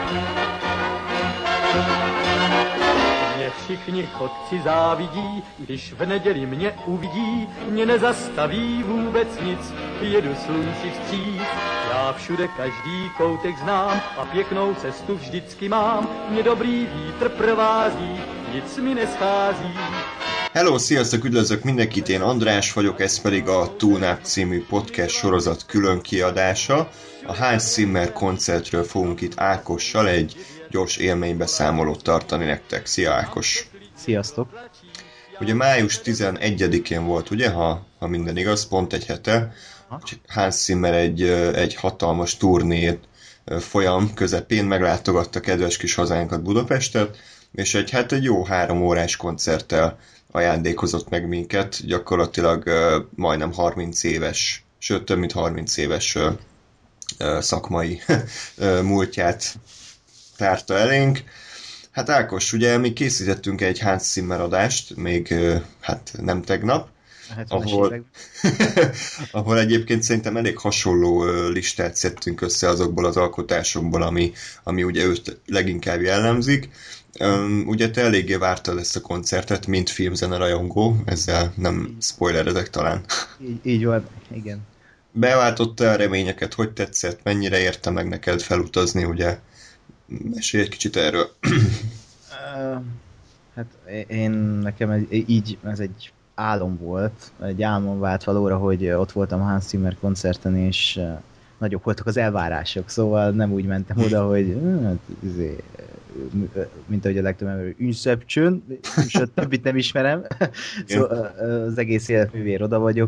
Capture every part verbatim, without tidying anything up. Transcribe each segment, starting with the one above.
Všichni chodci závidí, když v neděli mě uvidí, mě nezastaví vůbec nic, jedu slunci vstříc. Já všude každý koutek znám a pěknou cestu vždycky mám, mě dobrý vítr provází, nic mi neschází. Hello, sziasztok, üdvözlök mindenkit, én András vagyok, ez pedig a Tune Up című podcast sorozat külön kiadása. A Hans Zimmer koncertről fogunk itt Ákossal egy gyors élménybeszámolót tartani nektek. Szia Ákos! Sziasztok! Ugye május tizenegyedikén volt, ugye, ha, ha minden igaz, pont egy hete. Hans Zimmer egy, egy hatalmas turnét folyam közepén meglátogatta kedves kis hazánkat, Budapestet, és egy, hát egy jó három órás koncerttel ajándékozott meg minket, gyakorlatilag uh, majdnem harminc éves, sőt több mint harminc éves uh, uh, szakmai uh, múltját tárta elénk. Hát Ákos, ugye mi készítettünk egy Hans Zimmer adást, még uh, hát nem tegnap, ahol, ahol egyébként szerintem elég hasonló uh, listát szedtünk össze azokból az alkotásokból, ami, ami ugye őt leginkább jellemzik. Um, ugye te eléggé vártad ezt a koncertet, mint filmzene rajongó, ezzel nem spoilerezek talán. Így, így van, igen. Beváltotta a reményeket, hogy tetszett, mennyire érte meg neked felutazni, ugye? Mesélj egy kicsit erről. uh, hát én, nekem ez, így, ez egy álom volt, egy álmom vált valóra, hogy ott voltam a Hans Zimmer koncerten, és uh, nagyobb voltak az elvárások, szóval nem úgy mentem oda, hogy hát, izé, mint ahogy a legtöbb ember, Inception, és a többit nem ismerem. Szóval az egész életművér oda vagyok.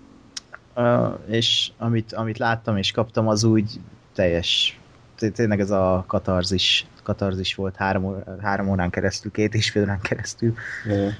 És amit, amit láttam és kaptam, az úgy teljes, tényleg ez a katarzis, katarzis volt három, három órán keresztül, két és fél órán keresztül. Yeah.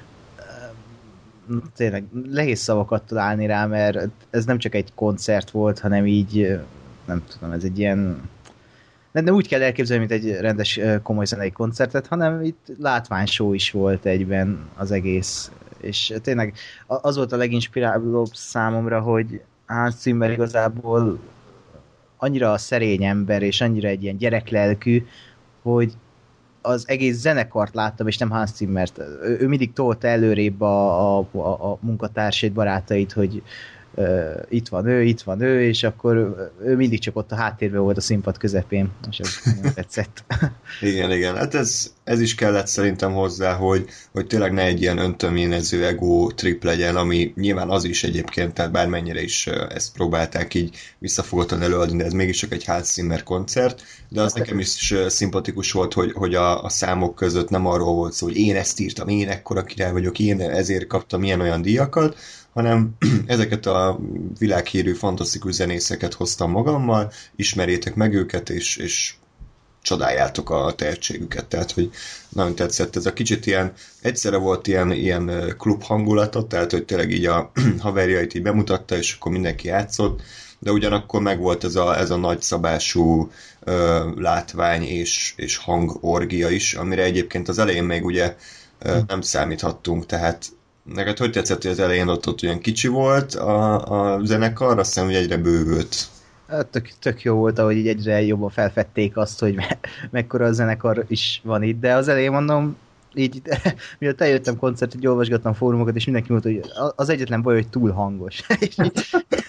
Tényleg nehéz szavakat találni rá, mert ez nem csak egy koncert volt, hanem így, nem tudom, ez egy ilyen De nem úgy kell elképzelni, mint egy rendes komoly zenei koncertet, hanem itt látványshow is volt egyben az egész. És tényleg az volt a leginspirálóbb számomra, hogy Hans Zimmer igazából annyira szerény ember, és annyira egy ilyen gyereklelkű, hogy az egész zenekart láttam, és nem Hans Zimmert. Ő, ő mindig tolta előrébb a, a, a munkatársait, barátait, hogy Uh, itt van ő, itt van ő, és akkor ő mindig csak ott a háttérben volt a színpad közepén, és ez nem tetszett. Igen, igen. Hát ez, ez is kellett szerintem hozzá, hogy, hogy tényleg ne egy ilyen öntöményező ego trip legyen, ami nyilván az is egyébként, tehát bármennyire is ezt próbálták így visszafogottan előadni, de ez mégis csak egy Hans Zimmer koncert, de az hát nekem is szimpatikus volt, hogy, hogy a, a számok között nem arról volt szó, hogy én ezt írtam, én ekkora király vagyok, én ezért kaptam ilyen-olyan díjakat, hanem ezeket a világhírű, fantasztikus zenészeket hoztam magammal, ismerjétek meg őket, és, és csodáljátok a tehetségüket. Tehát, hogy nagyon tetszett. Ez a kicsit ilyen, egyszerre volt ilyen, ilyen klub hangulatot, tehát, hogy tényleg így a haverjait így bemutatta, és akkor mindenki játszott, de ugyanakkor meg volt ez a, ez a nagyszabású ö, látvány és, és hangorgia is, amire egyébként az elején még ugye ö, nem számíthattunk, tehát neked hogy tetszett, hogy az elején ott, ott olyan kicsi volt a, a zenekar, azt hiszem, hogy egyre bővült. Tök, tök jó volt, ahogy így egyre jobban felfedték azt, hogy me, mekkora a zenekar is van itt, de az elején mondom, így, miatt eljöttem koncertre, így olvasgattam fórumokat, és mindenki mondta, hogy az egyetlen baj, hogy túl hangos. És így,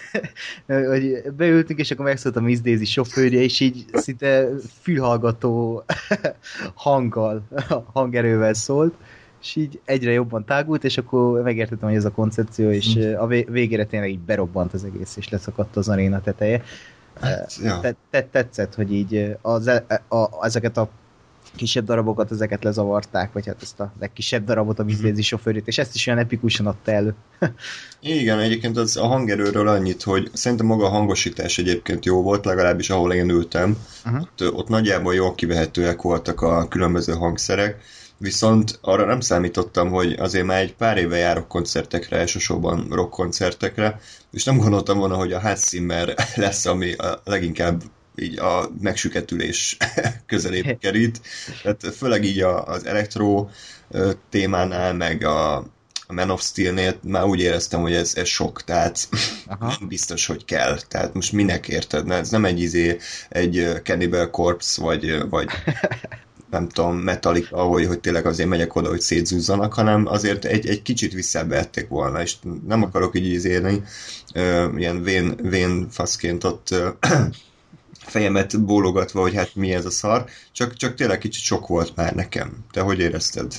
hogy beültünk, és akkor megszólt a Miss Daisy sofőrje, és így szinte fülhallgató hanggal, hangerővel szólt, és így egyre jobban tágult, és akkor megértettem, hogy ez a koncepció, és a végére tényleg így berobbant az egész, és leszakadt az aréna teteje. Hát, ja. Te, te, tetszett, hogy így az, a, a, ezeket a kisebb darabokat, ezeket lezavarták, vagy hát ezt a legkisebb darabot, a vízlézi sofőrét, és ezt is olyan epikusan adta elő. Igen, egyébként az a hangerőről annyit, hogy szerintem maga a hangosítás egyébként jó volt, legalábbis ahol én ültem. Uh-huh. Ott, ott nagyjából jól kivehetőek voltak a különböző hangszerek, viszont arra nem számítottam, hogy azért már egy pár éve járok koncertekre, elsősorban rock koncertekre, és nem gondoltam volna, hogy a Hans Zimmer lesz, ami a leginkább így a megsüketülés közelébe került. Tehát főleg így a, az elektro témánál, meg a, a Man of Steel-nél már úgy éreztem, hogy ez, ez sok, tehát Aha. nem biztos, hogy kell. Tehát most minek érted? Ez nem egy izé, egy Cannibal Corpse, vagy, vagy nem tudom, Metallica, hogy, hogy tényleg azért megyek oda, hogy szétzúzzanak, hanem azért egy, egy kicsit visszabeették volna, és nem akarok így izélni, ilyen vén, vén faszként ott fejemet bólogatva, hogy hát mi ez a szar, csak, csak tényleg kicsit sok volt már nekem. Te hogy érezted?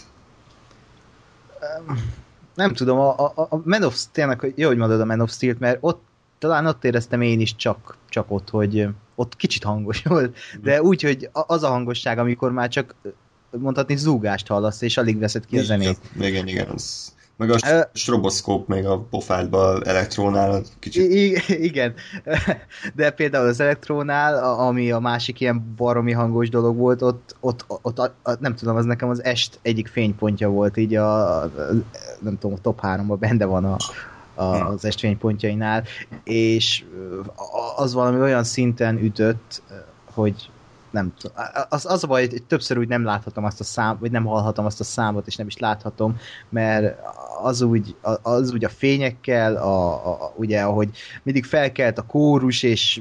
Nem tudom, a, a, a Man of Steel-nek, jó, hogy mondod a Man of Steel-t, mert ott talán ott éreztem én is csak, csak ott, hogy ott kicsit hangos volt, de úgy, hogy az a hangosság, amikor már csak mondhatni zúgást hallasz, és alig veszed ki a zenét. Igen, igen, az... Meg a uh, stroboszkóp még a pofádba elektrónál kicsit... I- igen, de például az elektrónál, ami a másik ilyen baromi hangos dolog volt, ott, ott, ott a, a, nem tudom, az nekem az est egyik fénypontja volt, így a, a nem tudom, a top háromban benne van a, a, az est fénypontjainál, és az valami olyan szinten ütött, hogy nem tudom. Az, az a baj, hogy többször úgy nem láthatom azt a számot, vagy nem hallhatom azt a számot, és nem is láthatom, mert az úgy, az úgy a fényekkel, a, a, ugye, ahogy mindig felkelt a kórus, és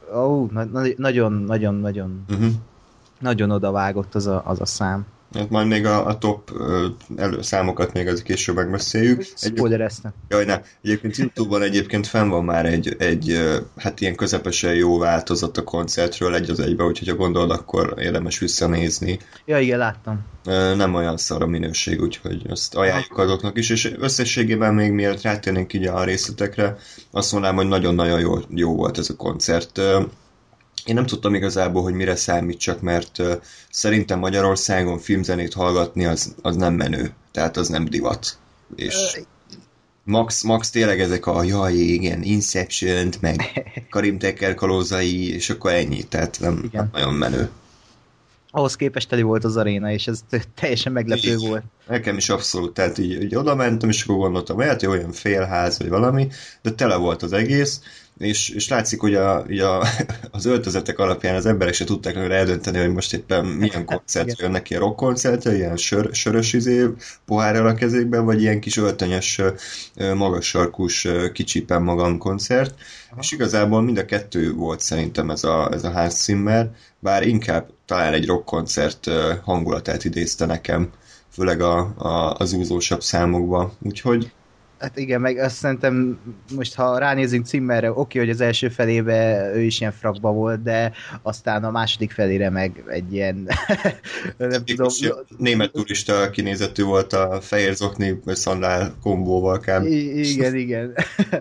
nagyon-nagyon-nagyon uh-huh. nagyon odavágott az a, az a szám. Hát majd még a, a top elő számokat még az később megbeszéljük. Spoilereztem. Jaj, ne. Egyébként YouTube-on egyébként fenn van már egy, egy hát ilyen közepesen jó változat a koncertről egy az egybe, úgyhogy ha gondolod, akkor érdemes visszanézni. Ja, igen, láttam. Nem olyan szar a minőség, úgyhogy azt ajánljuk azoknak is, és összességében még mielőtt rátérnénk így a részletekre, azt mondanám, hogy nagyon-nagyon jó, jó volt ez a koncert. Én nem tudtam igazából, hogy mire számítsak, mert uh, szerintem Magyarországon filmzenét hallgatni az, az nem menő, tehát az nem divat. És max, max tényleg ezek a jaj, igen, Inception-t, meg Karim Teker kalózai, és akkor ennyi, tehát nem, nem nagyon menő. Ahhoz képest teli volt az aréna, és ez teljesen meglepő így volt. Nekem is abszolút, tehát így, így oda mentem, és akkor gondoltam, lehet, hogy olyan félház, vagy valami, de tele volt az egész, és, és látszik, hogy a, a, az öltözetek alapján az emberek se tudták nagyon eldönteni, hogy most éppen milyen koncert jön neki, a rock koncertje, ilyen sör, sörös izé, pohárral a kezékben, vagy ilyen kis öltönyös, magas sarkús, kicsípen magam koncert, aha. És igazából mind a kettő volt szerintem ez a, ez a Hans Zimmer, bár inkább talán egy rock koncert hangulatát idézte nekem, főleg a, a, az úzósabb számokba, úgyhogy hát igen, meg azt szerintem most ha ránézünk Zimmerre, oké, hogy az első felébe ő is ilyen frakba volt, de aztán a második felére meg egy ilyen nem tudom. Német turista kinézetű volt a fehér zokni szandál kombóval kb. I- igen, igen.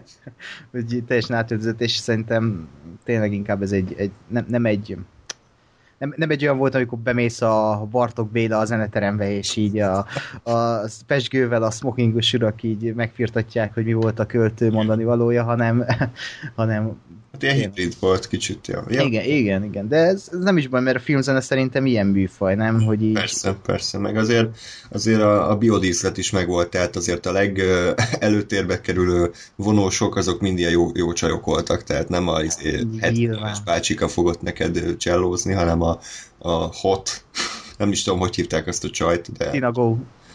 Úgy teljesen átöltözött, és szerintem tényleg inkább ez egy, egy nem, nem egy Nem, nem egy olyan volt, amikor bemész a Bartók Béla a zeneterembe, és így a, a pezsgővel a smokingos urak így megfirtatják, hogy mi volt a költő mondani valója, hanem, hanem hát ilyen hibrid volt kicsit, ja. ja. Igen, igen, igen, de ez, ez nem is baj, mert a filmzene szerintem ilyen műfaj, nem? Hogy így... Persze, persze, meg azért, azért a, a biodíszlet is megvolt, tehát azért a legelőtérbe kerülő vonósok, azok mind ilyen jó, jó csajok voltak, tehát nem a hetvenes bácsika fogott neked csellózni, hanem a, a hot, nem is tudom, hogy hívták azt a csajt, de... Tina Go.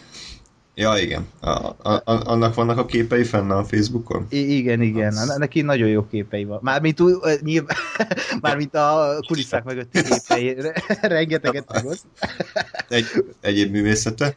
Ja, igen. A, a, a, annak vannak a képei fenn a Facebookon? I- igen, igen. Az... Neki nagyon jó képei van. Mármint, nyilván, mármint a kulisszák mögötti képei. Rengeteget megosz. Egy, egyéb művészete.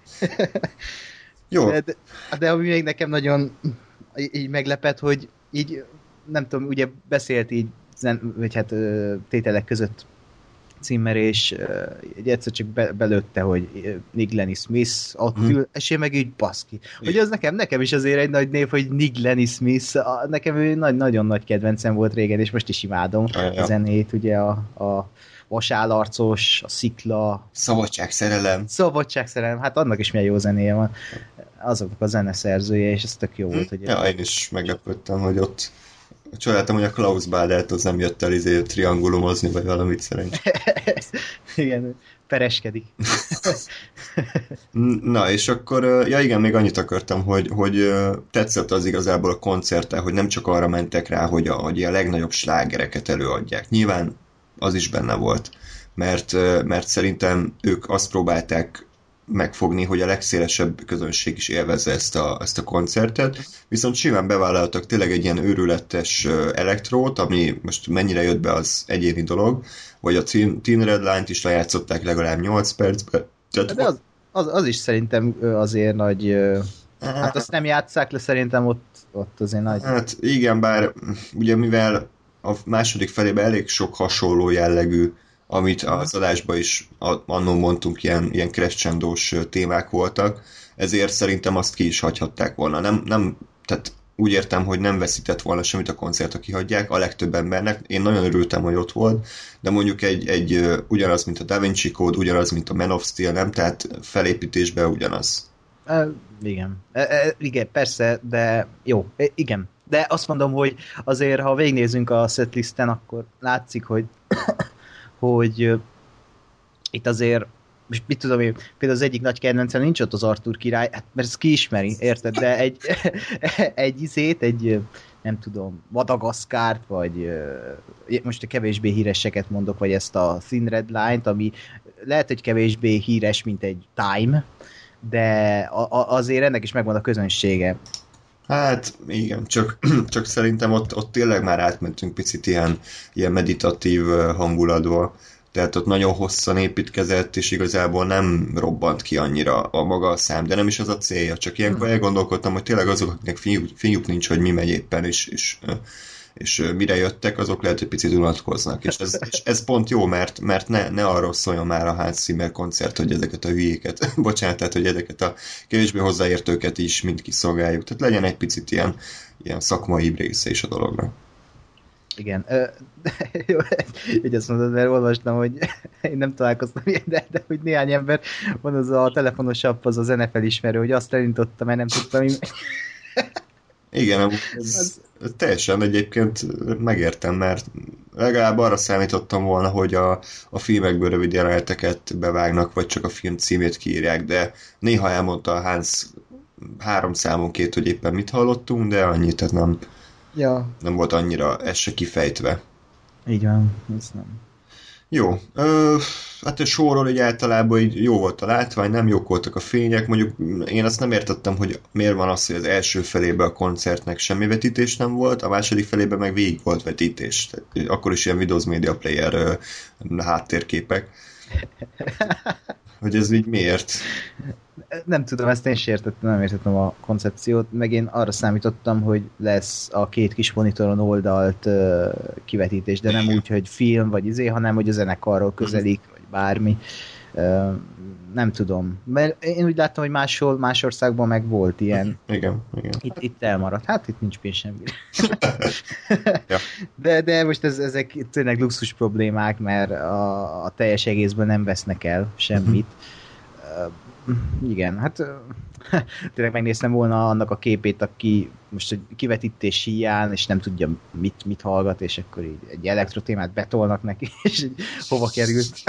Jó. De, de, de ami még nekem nagyon így meglepett, hogy így, nem tudom, ugye beszélt így, vagy hát tételek között Zimmer, és uh, egyszer csak be, belőtte, hogy Nick Lenny Smith ott hmm. ül, és én meg így baszki. Hogy az nekem, nekem is azért egy nagy név, hogy Nick Lenny Smith, a, nekem ő nagy, nagyon nagy kedvencem volt régen, és most is imádom a, a zenét, ugye a, a vasállarcos, a szikla. Szabadságszerelem. Szabadságszerelem, hát annak is milyen jó zenéje van. Azoknak a zeneszerzője, és ez tök jó volt. Hogy ja, én is meglepődtem, hogy ott csodáltam, hogy a Klaus Badert az nem jött el izé triangulumozni, vagy valamit szerencsé. Igen, pereskedik. Na, és akkor, ja igen, még annyit akartam, hogy, hogy tetszett az igazából a koncerten, hogy nem csak arra mentek rá, hogy a, hogy a legnagyobb slágereket előadják. Nyilván az is benne volt, mert, mert szerintem ők azt próbálták megfogni, hogy a legszélesebb közönség is élvezze ezt a, ezt a koncertet, viszont simán bevállaltak tényleg egy ilyen őrületes elektrót, ami most mennyire jött be, az egyéni dolog, vagy a Thin Red Line-t is lejátszották legalább nyolc percben. Tehát de az, az, az is szerintem azért nagy... Hát azt nem játsszák le, szerintem ott, ott azért nagy... Hát igen, bár ugye mivel a második felében elég sok hasonló jellegű, amit az adásban is annól mondtunk, ilyen, ilyen crescendós témák voltak, ezért szerintem azt ki is hagyhatták volna. Nem, nem, tehát úgy értem, hogy nem veszített volna semmit a koncert, ha kihagyják, a legtöbb embernek. Én nagyon örültem, hogy ott volt, de mondjuk egy, egy ugyanaz, mint a Da Vinci Code, ugyanaz, mint a Man of Steel, nem? Tehát felépítésben ugyanaz. Uh, igen. Uh, uh, igen, persze, de jó, uh, igen. De azt mondom, hogy azért, ha végignézünk a setlisten, akkor látszik, hogy hogy uh, itt azért, most mit tudom én, például az egyik nagy kedvencem nincs ott az Arthur király, hát mert ezt ki ismeri, érted? De egy, egy izét, egy nem tudom, Madagaszkárt, vagy uh, most a kevésbé híreseket mondok, vagy ezt a Thin Red Line-t, ami lehet, hogy kevésbé híres, mint egy Time, de a, a, azért ennek is megvan a közönsége. Hát igen, csak, csak szerintem ott, ott tényleg már átmentünk picit ilyen, ilyen meditatív hangulatba. Tehát ott nagyon hosszan építkezett, és igazából nem robbant ki annyira a maga a szám, de nem is az a célja. Csak ilyenkor elgondolkodtam, hogy tényleg azok, akiknek fényük nincs, hogy mi megy éppen, és, és, és mire jöttek, azok lehet, hogy picit unatkoznak. És ez, és ez pont jó, mert, mert ne, ne arról szóljon már a Hans Zimmer koncert, hogy ezeket a hülyéket, bocsánat, tehát, hogy ezeket a kevésbé hozzáértőket is mind kiszolgáljuk. Tehát legyen egy picit ilyen, ilyen szakmai része is a dolognak. Igen. Jó, így azt mondod, mert olvastam, hogy én nem találkoztam ilyen, de, de hogy néhány ember van az a telefonos app, az az en ef el ismerő, hogy azt elindította, mert nem tudtam, hogy... Igen, ez, ez teljesen egyébként megértem, mert legalább arra számítottam volna, hogy a, a filmekből rövid jeleneteket bevágnak, vagy csak a film címét kiírják, de néha elmondta a Hans három számonként, hogy éppen mit hallottunk, de annyit, tehát nem, ja. nem volt annyira ez se kifejtve. Így van, ez nem. Jó, ö, hát a showról így általában így jó volt a látvány, nem jók voltak a fények, mondjuk én azt nem értettem, hogy miért van az, hogy az első felében a koncertnek semmi vetítés nem volt, a második felében meg végig volt vetítés. Tehát, akkor is ilyen Windows Media Player ö, háttérképek. Hogy ez így miért? Nem tudom, ezt én sem értettem, nem értettem a koncepciót, meg én arra számítottam, hogy lesz a két kis monitoron oldalt uh, kivetítés, de nem úgy, hogy film vagy izé, hanem hogy a zenekarról közelik, vagy bármi. Uh, nem tudom. Mert én úgy láttam, hogy máshol, más országban meg volt ilyen. Igen, igen. Itt, itt elmaradt. Hát itt nincs pénz semmi. Ja. de, de most ez, ezek tényleg luxus problémák, mert a, a teljes egészből nem vesznek el semmit. Uh, igen, hát tényleg megnéztem volna annak a képét, aki most egy kivetítés hiány, és nem tudja mit, mit hallgat, és akkor így egy elektrotémát betolnak neki, és így hova került.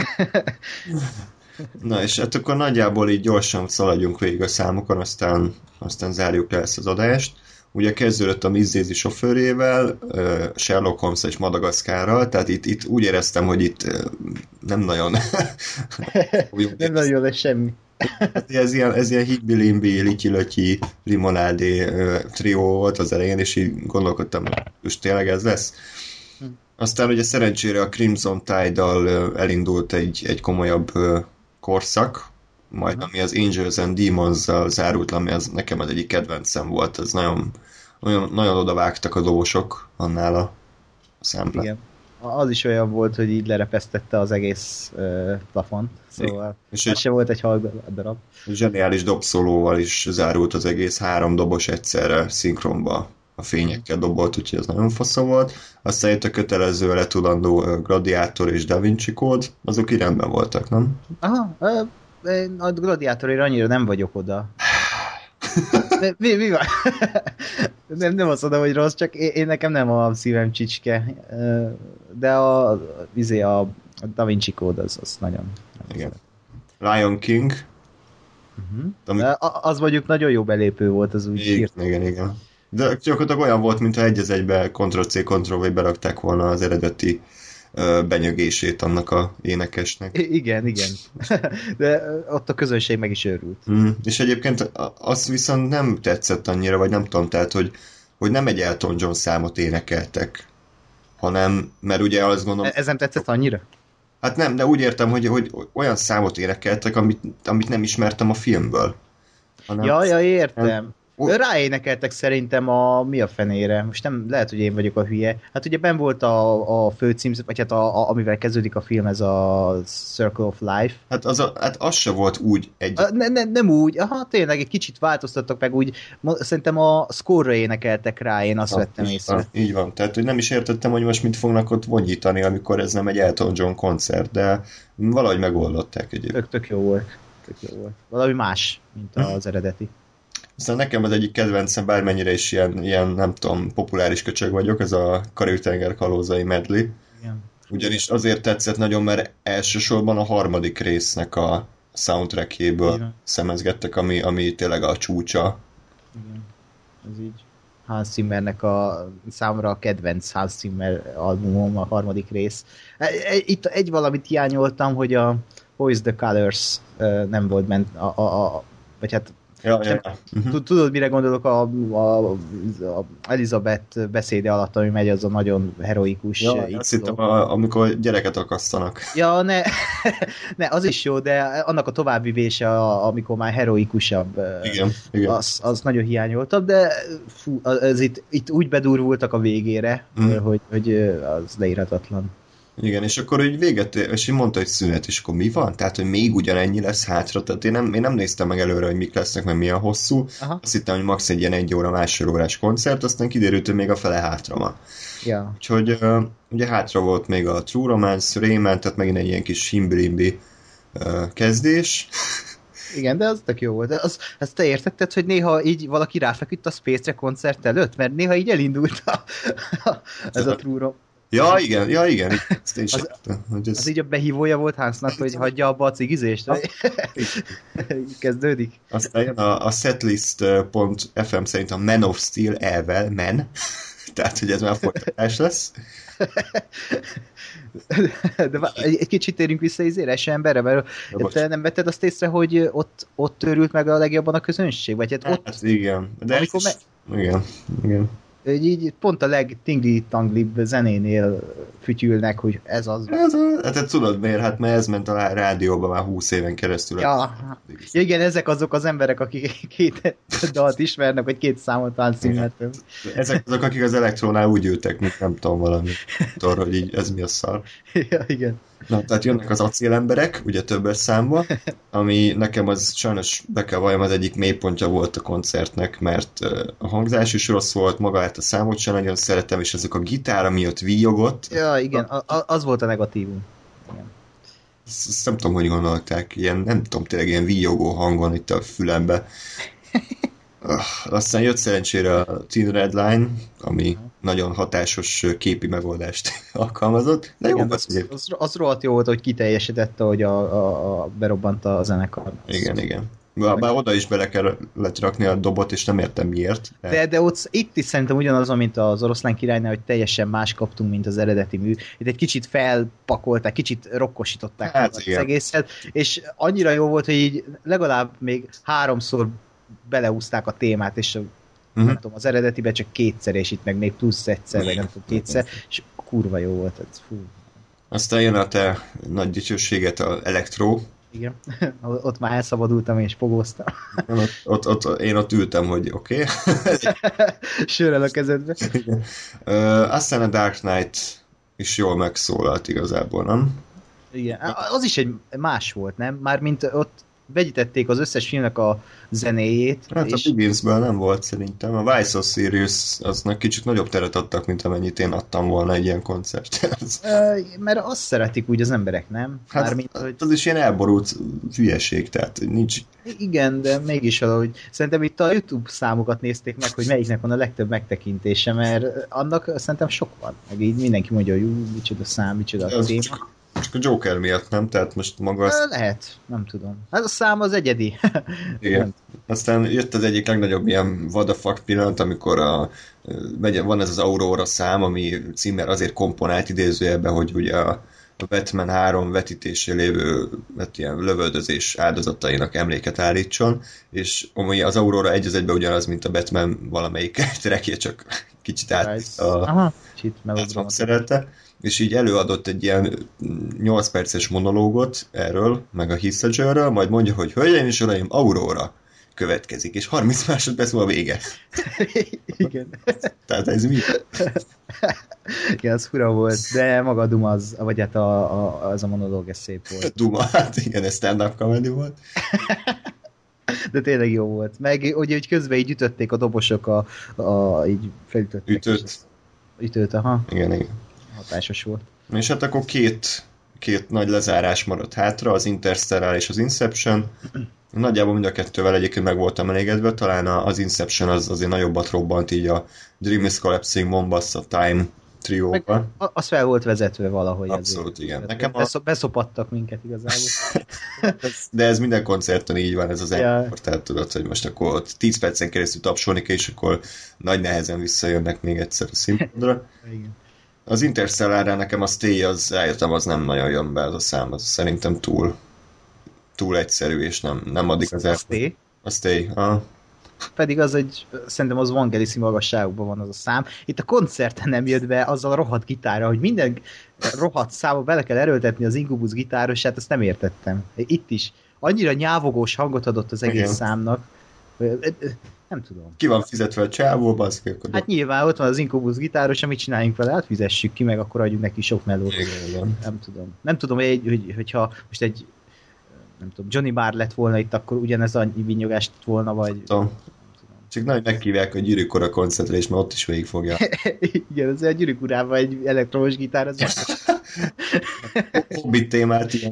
Na, és hát akkor nagyjából így gyorsan szaladjunk végig a számokon, aztán, aztán zárjuk le ezt az adást. Ugye kezdődött a Miss Daisy sofőrével, Sherlock Holmes és Madagaszkárral, tehát itt, itt úgy éreztem, hogy itt nem nagyon... nem nagyon lesz semmi. Ez ilyen, ez ilyen higbilimbi, lityilötyi, limonádé trió volt az elején, és így gondolkodtam, hogy most tényleg ez lesz. Aztán ugye szerencsére a Crimson Tide-dal elindult egy, egy komolyabb korszak, majd ami az Angels and Demons-zal zárult, ami az nekem az egyik kedvencem volt, ez nagyon, nagyon, nagyon odavágtak a dobosok annál a számra. Igen. Az is olyan volt, hogy így lerepesztette az egész uh, plafont, szóval és ez se volt egy halldarab. Zseniális dobszolóval is zárult az egész, három dobos egyszerre szinkronba a fényekkel dobolt, úgyhogy ez nagyon fasza volt. Aztán jött a kötelező letulandó Gladiátor és Da Vinci Code, azok így rendben voltak, nem? Aha, a Gladiátorért annyira nem vagyok oda. mi, mi van? nem, nem azt mondom, hogy rossz, csak én, én nekem nem a szívem csicske. De a, a, a, a Da Vinci Code az, az nagyon... Igen. Lion King. Uh-huh. Ami... Az mondjuk nagyon jó belépő volt, az úgy írt. Igen, igen. De gyakorlatilag olyan volt, mintha egy az egybe Ctrl-C, Ctrl-V berakták volna az eredeti benyögését annak a énekesnek. I- igen, igen. De ott a közönség meg is őrült. Mm. És egyébként az viszont nem tetszett annyira, vagy nem tudom, tehát, hogy, hogy nem egy Elton John számot énekeltek, hanem, mert ugye azt gondolom... Ez nem tetszett annyira? Hát nem, de úgy értem, hogy, hogy olyan számot énekeltek, amit, amit nem ismertem a filmből. Hanem ja, ja, értem. Ráénekeltek szerintem a mi a fenére. Most nem, lehet, hogy én vagyok a hülye. Hát ugye benn volt a, a főcím, vagy hát a, a, amivel kezdődik a film, ez a Circle of Life. Hát az, a, hát az se volt úgy egy... A, ne, ne, nem úgy, aha, tényleg egy kicsit változtattak meg úgy. Szerintem a score-ra énekeltek rá, én azt ha, vettem így észre. Van, így van, tehát hogy nem is értettem, hogy most mit fognak ott vonyítani, amikor ez nem egy Elton John koncert, de valahogy megoldották egyébként. Tök, tök jó volt. Tök jó volt. Valami más, mint az eredeti. Aztán nekem az egyik kedvencem, bármennyire is ilyen, ilyen, nem tudom, populáris köcsög vagyok, ez a Karib-tenger kalózai medley. Igen. Ugyanis azért tetszett nagyon, mert elsősorban a harmadik résznek a soundtrackjéből igen. szemezgettek, ami, ami tényleg a csúcsa. Igen, ez így. Hans Zimmernek a számomra a kedvenc Hans Zimmer albumom, a harmadik rész. Itt egy valamit hiányoltam, hogy a Voice the Colors nem volt ment, a, a, a, vagy hát Ja, ja, ja. Uh-huh. Tudod, mire gondolok a, a, a Elizabeth beszéde alatt, ami megy, az a nagyon heroikus... Ja, azt hittem, a, amikor gyereket akasztanak. Ja, ne, ne, az is jó, de annak a továbbvivése, amikor már heroikusabb, igen, igen. Az, az nagyon hiányoltam, de fú, az itt, itt úgy bedurvultak a végére, mm. hogy, hogy az leírhatatlan. Igen, és akkor úgy véget, és én mondta, hogy szünet, és akkor mi van? Tehát, hogy még ugyanennyi lesz hátra, tehát én nem, én nem néztem meg előre, hogy mik lesznek, mert milyen hosszú. Aha. Azt hittem, hogy max. Egy ilyen egy óra, másfél órás koncert, aztán kiderült, hogy még a fele hátra van. Ja. Úgyhogy uh, ugye hátra volt még a True Romance, Rayman, tehát megint egy ilyen kis himbirimbi uh, kezdés. Igen, de az tök jó volt. Az, azt te értetted, hogy néha így valaki ráfeküdt a Space-re koncert előtt? Mert néha így elindult a, a, ez a True Romance. Ja, igen, ja, igen. Ezt én az, sem, hogy ez... az így a behívója volt Hansnak, hogy hagyja abba a cigizést? Kezdődik. Aztán jön a, a setlist pont ef em szerint a Man of Steel elvel, men. Tehát, hogy ez már folytatás lesz. De egy kicsit térjünk vissza izére, első emberre, mert ja, te nem vetted azt észre, hogy ott, ott törült meg a legjobban a közönség? Vagy hát ott... Hát igen. De amikor is... me... Igen, igen. Így pont a legtingli-tanglibb zenénél fütyülnek, hogy ez az. Ez a, hát tudod miért? Hát mert ez ment a rádióban már húsz éven keresztül. Ja. Ja, igen, ezek azok az emberek, akik két dalt ismernek, vagy két számot táncináltak. Ezek azok, akik az elektrónál úgy ültek, mint nem tudom valami. Tudod, hogy így ez mi a szar. Ja, igen. Na, tehát jönnek az acélemberek, ugye többes számban, ami nekem az sajnos be kell valljam, az egyik mélypontja volt a koncertnek, mert a hangzás is rossz volt, magát a számot sem nagyon szeretem, és ezek a gitár, ami ott víjogott. Ja, igen, a, az volt a negatívum. Igen. Ezt, ezt nem tudom, hogy gondolták, ilyen, nem tudom, tényleg ilyen víjogó hangon itt a fülembe. Uh, aztán jött szerencsére a Thin Red Line, ami uh-huh. nagyon hatásos képi megoldást alkalmazott. De igen, jó, az, az, az, az rohadt jó volt, hogy kiteljesítette, hogy a, a, a berobbant a zenekar. Igen, igen. Bár, bár oda is bele kellett rakni a dobot, és nem értem miért. De, de, de ott itt is szerintem ugyanaz, mint az Oroszlán királynál, hogy teljesen más kaptunk, mint az eredeti mű. Itt egy kicsit felpakolták, kicsit rokkosították hát, az igen. egészet, és annyira jó volt, hogy így legalább még háromszor beleúzták a témát, és a, uh-huh. nem tudom, az eredetiben csak kétszer, és itt meg még plusz egyszer, vagy nem tudom, kétszer, és kurva jó volt ez. Fú. Aztán jön a te nagy dicsőséget, az Elektro. Igen, ott már elszabadultam és pogóztam. Ott, ott, ott, én ott ültem, hogy oké. Okay. Sörrel a kezedbe. uh, aztán a Dark Knight is jól megszólalt igazából, nem? Igen, az is egy más volt, nem? Mármint ott vegyítették az összes filmnek a zenéjét. Hát és... a Begginsből nem volt szerintem. A Vice of Sirius aznak kicsit nagyobb teret adtak, mint amennyit én adtam volna egy ilyen koncerthez. Mert azt szeretik úgy az emberek, nem? Hát Mármint, hogy... az is ilyen elborult hülyeség, tehát nincs... Igen, de mégis valahogy. Szerintem itt a YouTube számokat nézték meg, hogy melyiknek van a legtöbb megtekintése, mert annak szerintem sok van. Meg így mindenki mondja, hogy jú, micsoda szám, micsoda a téma. Csak a Joker miatt nem, tehát most maga azt... Lehet, nem tudom. Hát a szám az egyedi. Igen. Aztán jött az egyik legnagyobb ilyen what the fuck pillanat, amikor a, van ez az Aurora szám, ami címmel azért komponált idézőjelben, hogy ugye a a Batman három vetítésé lévő hát ilyen lövöldözés áldozatainak emléket állítson, és ami az Aurora egy az egyben ugyanaz, mint a Batman valamelyik trackje, csak kicsit át a hangszerelte, és így előadott egy ilyen nyolc perces monológot erről, meg a Heath Ledgerről, majd mondja, hogy hölgyeim és uraim, Aurora következik, és harminc másodperc múlva vége. Igen. Tehát ez mi? Igen, az fura volt, de maga a Duma az, vagy hát a, a, az a monológ, ez szép volt. Duma, hát igen, ez stand-up comedy volt. De tényleg jó volt. Meg ugye, hogy közben így ütötték a dobosok, a, a így felütöttek. Ütött. Ütőt, aha. Igen, igen. Hatásos volt. És hát akkor két, két nagy lezárás maradt hátra, az Interstellar és az Inception. Nagyjából mind a kettővel egyébként meg voltam elégedve, talán az Inception az azért nagyobbat robbant így a Dream is Collapsing, Mombasa, a Time trióba. Az fel volt vezetve valahogy. Abszolút, azért. Igen. Nekem a... Beszopattak minket igazából. De ez minden koncerten így van, ez az ja. Ekkor, tehát tudod, hogy most akkor ott tíz percen keresztül tapsolni kell, és akkor nagy nehezen visszajönnek még egyszer a színpadra. Igen. Az Interstellárra nekem a Stay, az rájöttem, az nem nagyon jön be, az a szám, az szerintem túl túl egyszerű, és nem, nem addig az el... A Stay? A Stay, ah. Pedig az egy, szerintem az Vangeliszi magasságokban van az a szám. Itt a koncerten nem jött be azzal a rohadt gitárra, hogy minden rohadt számba bele kell erőltetni az Incubus gitárosát, ezt nem értettem. Itt is. Annyira nyávogós hangot adott az egész Igen. számnak. Nem tudom. Ki van fizetve a csávó, baszki? Hát nyilván ott van az Incubus gitáros, amit csináljunk vele, hát fizessük ki, meg akkor adjunk neki sok melót. Nem tudom. Nem tudom, hogy, hogy, hogyha most egy nem tudom, Johnny Marr lett volna itt, akkor ugyanez a vinyogást volna, vagy... Tudom. Csak nagyon megkívják a Gyűrűk Ura koncertre, és már ott is végig fogja. Igen, az a Gyűrűk Urában egy elektromos gitár, az Hobbit témát ilyen.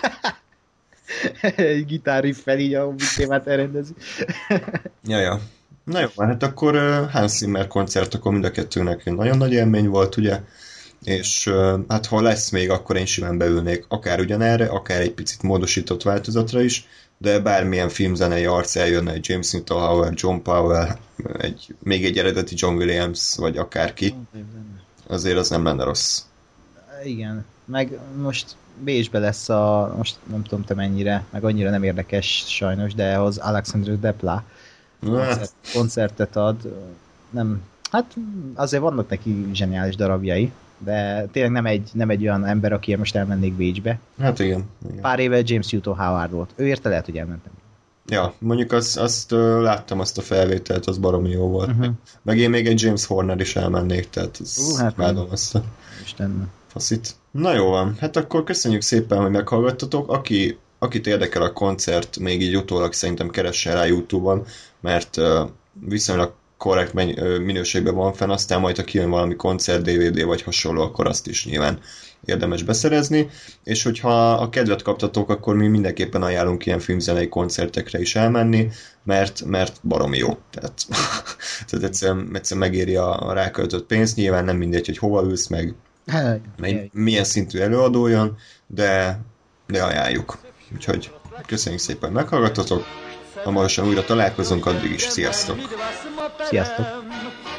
Egy gitárriffel így a Hobbit témát elrendezi. Ja, ja. Na jó, hát akkor uh, Hans Zimmer koncert, akkor mind a kettőnek nagyon nagy élmény volt, ugye? És uh, hát ha lesz még, akkor én simán beülnék akár ugyanerre, akár egy picit módosított változatra is, de bármilyen filmzenei arc eljönne, egy James Newton Howard, John Powell, egy, még egy eredeti John Williams, vagy akárki, azért az nem lenne rossz. Igen, meg most Bécsbe lesz a, most nem tudom te mennyire, meg annyira nem érdekes sajnos, de az Alexandre Desplat koncert, koncertet ad, nem, hát azért vannak neki zseniális darabjai, de tényleg nem egy, nem egy olyan ember, aki most elmennék Bécsbe. Hát igen. igen. Pár éve James Newton Howard volt. Ő érte, lehet, hogy elmentem. Ja, mondjuk azt, azt uh, láttam azt a felvételt, az baromi jó volt. Uh-huh. Meg én még egy James Horner is elmennék, tehát az uh, hát imádom azt a Istennem. faszit. Na jó van, hát akkor köszönjük szépen, hogy meghallgattatok. Aki, akit érdekel a koncert, még így utólag szerintem keressen rá YouTube-on, mert uh, viszonylag korrekt minőségben van fenn, aztán majd ha kijön valami koncert, dé vé dé vagy hasonló, akkor azt is nyilván érdemes beszerezni, és hogyha a kedvet kaptatok, akkor mi mindenképpen ajánlunk ilyen filmzenei koncertekre is elmenni, mert, mert baromi jó. Tehát, tehát egyszerűen, egyszerűen megéri a, a ráköltött pénzt, nyilván nem mindegy, hogy hova ülsz, meg, meg milyen szintű előadó jön, de, de ajánljuk. Úgyhogy köszönjük szépen, hogy meghallgattatok. Hamarosan újra találkozunk, addig is sziasztok! Sziasztok!